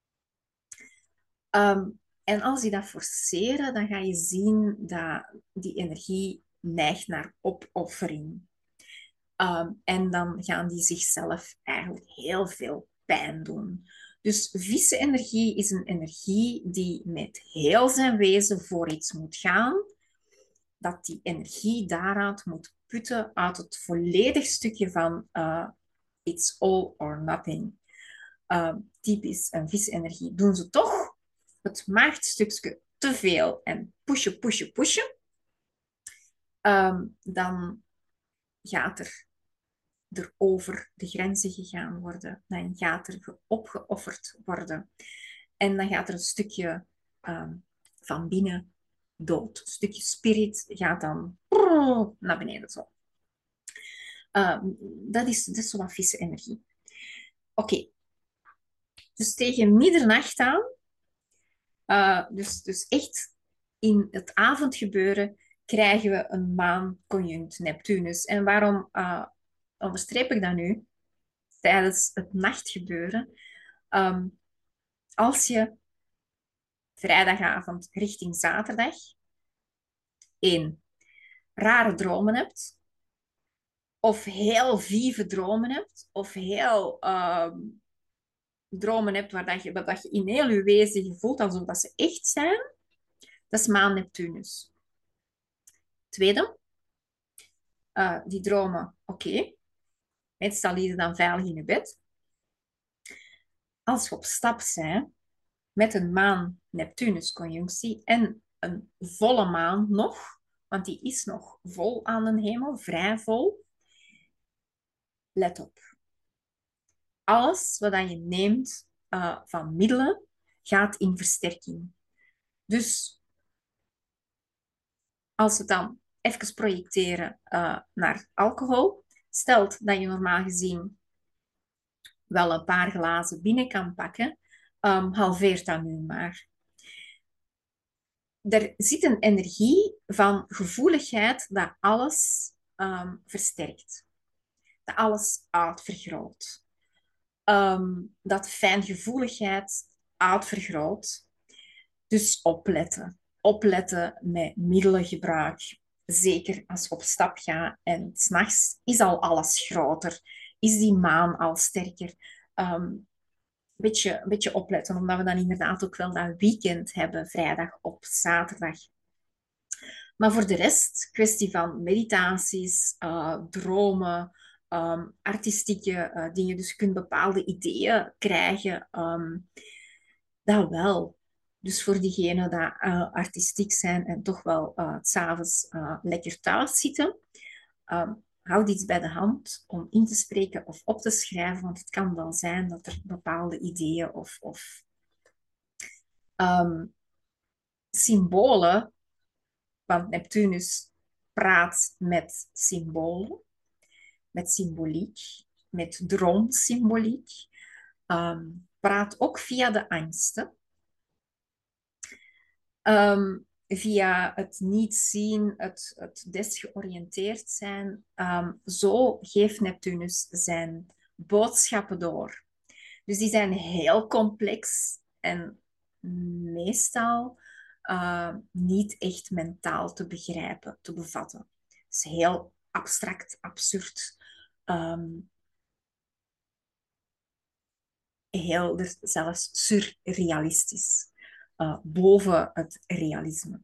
Um, en als die dat forceren, dan ga je zien dat die energie neigt naar opoffering. Um, en dan gaan die zichzelf eigenlijk heel veel pijn doen. Dus vissen-energie is een energie die met heel zijn wezen voor iets moet gaan. Dat die energie daaruit moet putten uit het volledig stukje van uh, it's all or nothing. Uh, typisch een vissen-energie. Doen ze toch het maagdstukje te veel en pushen, pushen, pushen, um, dan gaat er er over de grenzen gegaan worden. Dan gaat er opgeofferd worden. En dan gaat er een stukje um, van binnen dood. Een stukje spirit gaat dan naar beneden zo. Um, dat is, dat is zo wat vieze energie. Oké. Okay. Dus tegen middernacht aan, uh, dus, dus echt in het avondgebeuren, krijgen we een maan conjunct Neptunus. En waarom uh, onderstreep ik dat nu? Tijdens het nachtgebeuren. Um, als je vrijdagavond richting zaterdag één, rare dromen hebt, of heel vieve dromen hebt, of heel um, dromen hebt waar dat je, waar dat je in heel je wezen je voelt alsof dat ze echt zijn, dat is maan Neptunus. Tweede, uh, die dromen, oké, okay. Meestal lig je dan veilig in je bed. Als je op stap bent, met een maan-Neptunus-conjunctie en een volle maan nog, want die is nog vol aan de hemel, vrij vol. Let op. Alles wat je neemt uh, van middelen gaat in versterking. Dus als we dan even projecteren uh, naar alcohol, stelt dat je normaal gezien wel een paar glazen binnen kan pakken, um, halveer dat nu maar. Er zit een energie van gevoeligheid dat alles um, versterkt. Dat alles uitvergroot. Um, dat fijngevoeligheid uitvergroot. Dus opletten. Opletten met middelengebruik. Zeker als je op stap gaat en 's nachts is al alles groter. Is die maan al sterker. Um, beetje, een beetje opletten, omdat we dan inderdaad ook wel dat weekend hebben, vrijdag op zaterdag. Maar voor de rest, kwestie van meditaties, uh, dromen, um, artistieke uh, dingen. Dus je kunt bepaalde ideeën krijgen. Um, dat wel. Dus voor diegenen die uh, artistiek zijn en toch wel uh, 's avonds uh, lekker thuis zitten, um, houd iets bij de hand om in te spreken of op te schrijven, want het kan wel zijn dat er bepaalde ideeën of, of um, symbolen, want Neptunus praat met symbolen, met symboliek, met droomsymboliek, um, praat ook via de angsten. Um, via het niet zien, het, het desgeoriënteerd zijn. Um, zo geeft Neptunus zijn boodschappen door. Dus die zijn heel complex en meestal uh, niet echt mentaal te begrijpen, te bevatten. Het is heel abstract, absurd. Um, heel, dus zelfs surrealistisch. Uh, boven het realisme.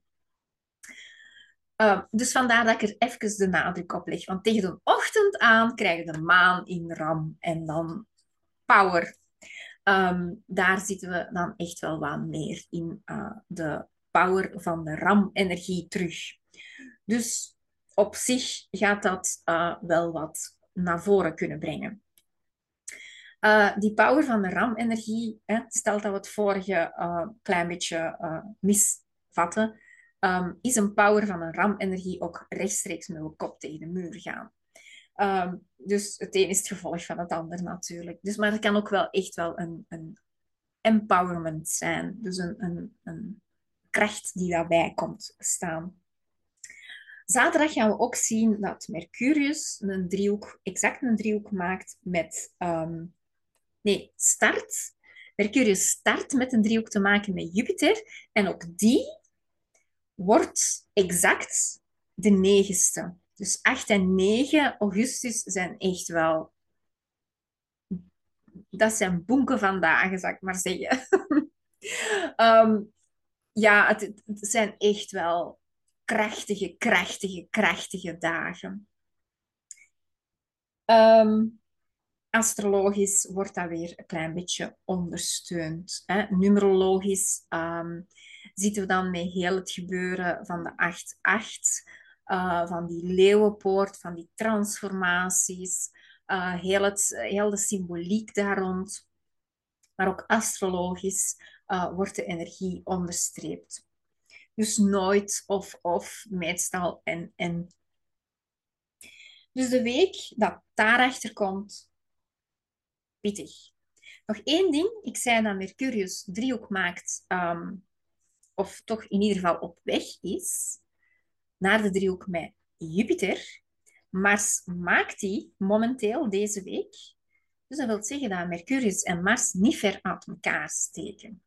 Uh, dus vandaar dat ik er even de nadruk op leg. Want tegen de ochtend aan krijg je de maan in ram en dan power. Um, daar zitten we dan echt wel wat meer in uh, de power van de ram-energie terug. Dus op zich gaat dat uh, wel wat naar voren kunnen brengen. Uh, die power van de ram-energie, hè, stel dat we het vorige uh, klein beetje uh, misvatten, um, is een power van een ram-energie ook rechtstreeks met een kop tegen de muur gaan. Um, dus het een is het gevolg van het ander natuurlijk. Dus, maar het kan ook wel echt wel een, een empowerment zijn. Dus een, een, een kracht die daarbij komt staan. Zaterdag gaan we ook zien dat Mercurius een driehoek, exact een driehoek maakt met... Um, nee, start. Mercurius start met een driehoek te maken met Jupiter. En ook die wordt exact de negende. Dus acht en negen augustus zijn echt wel... Dat zijn bonken van dagen, zou ik maar zeggen. um, ja, het, het zijn echt wel krachtige, krachtige, krachtige dagen. Um, astrologisch wordt dat weer een klein beetje ondersteund. Hè. Numerologisch um, zitten we dan met heel het gebeuren van de acht acht, uh, van die leeuwenpoort, van die transformaties, uh, heel, het, heel de symboliek daar rond. Maar ook astrologisch uh, wordt de energie onderstreept. Dus nooit of of, meestal en en. Dus de week dat daarachter komt, pittig. Nog één ding. Ik zei dat Mercurius driehoek maakt, um, of toch in ieder geval op weg is, naar de driehoek met Jupiter. Mars maakt die momenteel deze week. Dus dat wil zeggen dat Mercurius en Mars niet ver uit elkaar steken.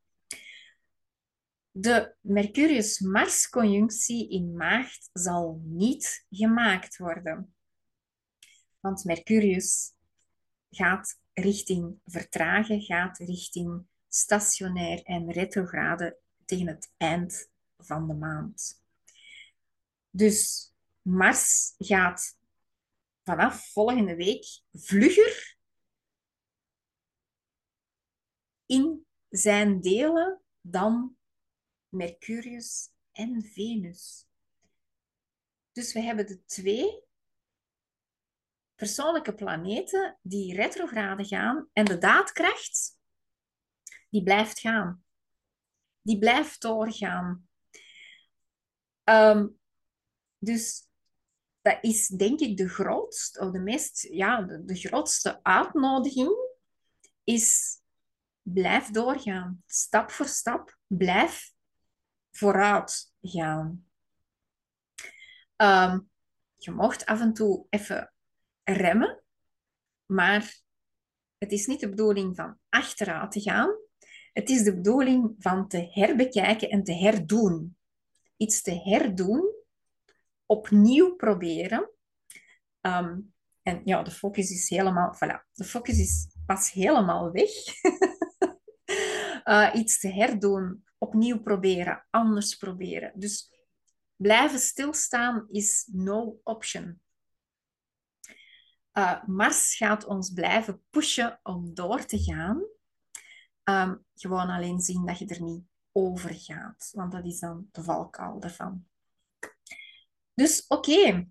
De Mercurius-Mars-conjunctie in maagd zal niet gemaakt worden. Want Mercurius gaat richting vertragen, gaat richting stationair en retrograde tegen het eind van de maand. Dus Mars gaat vanaf volgende week vlugger in zijn delen dan Mercurius en Venus. Dus we hebben de twee persoonlijke planeten die retrograde gaan en de daadkracht, die blijft gaan. Die blijft doorgaan. Um, dus dat is denk ik de grootste, of de meest, ja, de, de grootste uitnodiging is blijf doorgaan. Stap voor stap, blijf vooruit gaan. Um, je mocht af en toe even remmen, maar het is niet de bedoeling van achteruit te gaan. Het is de bedoeling van te herbekijken en te herdoen. Iets te herdoen, opnieuw proberen. Um, en ja, de focus is helemaal... Voilà, de focus is pas helemaal weg. uh, iets te herdoen, opnieuw proberen, anders proberen. Dus Blijven stilstaan is no option. Uh, Mars gaat ons blijven pushen om door te gaan. Um, gewoon alleen zien dat je er niet over gaat. Want dat is dan de valkuil daarvan. Dus oké. Okay.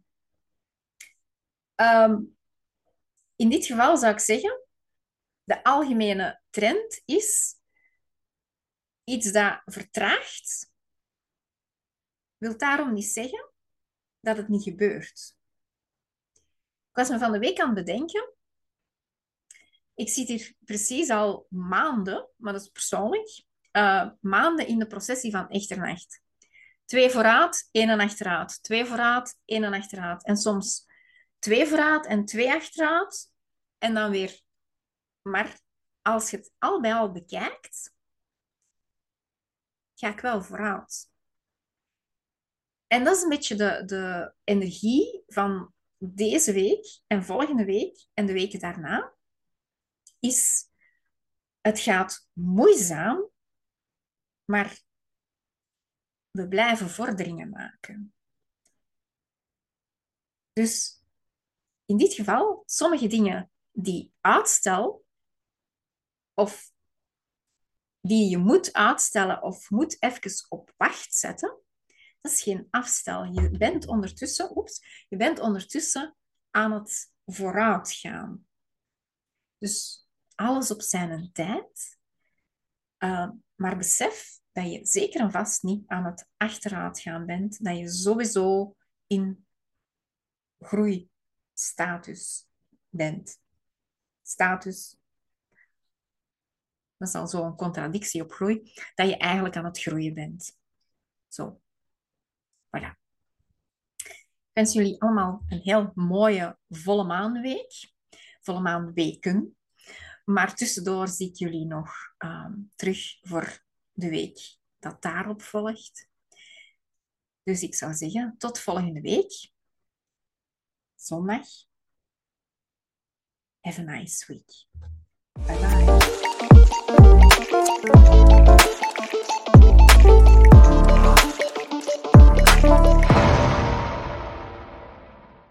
Um, in dit geval zou ik zeggen, de algemene trend is iets dat vertraagt. Wil daarom niet zeggen dat het niet gebeurt. Ik was me van de week aan het bedenken. Ik zit hier precies al maanden, maar dat is persoonlijk, uh, maanden in de processie van Echternacht. Twee vooruit, één achteruit. Twee vooruit, één achteruit. En soms twee vooruit en twee achteruit. En dan weer. Maar als je het al bij al bekijkt, ga ik wel vooruit. En dat is een beetje de, de energie van deze week en volgende week en de weken daarna. Is, het gaat moeizaam, maar we blijven vorderingen maken. Dus in dit geval, sommige dingen die uitstel of die je moet uitstellen of moet even op wacht zetten, dat is geen afstel. Je bent ondertussen, oeps, je bent ondertussen aan het vooruitgaan. Dus alles op zijn tijd. Uh, maar besef dat je zeker en vast niet aan het achteruitgaan bent. Dat je sowieso in groeistatus bent. Status. Dat is al zo'n contradictie op groei. Dat je eigenlijk aan het groeien bent. Zo. Voilà. Ik wens jullie allemaal een heel mooie volle maanweek. Volle maanweken. Maar tussendoor zie ik jullie nog um, terug voor de week dat daarop volgt. Dus ik zou zeggen, tot volgende week. Zondag. Have a nice week. Bye bye.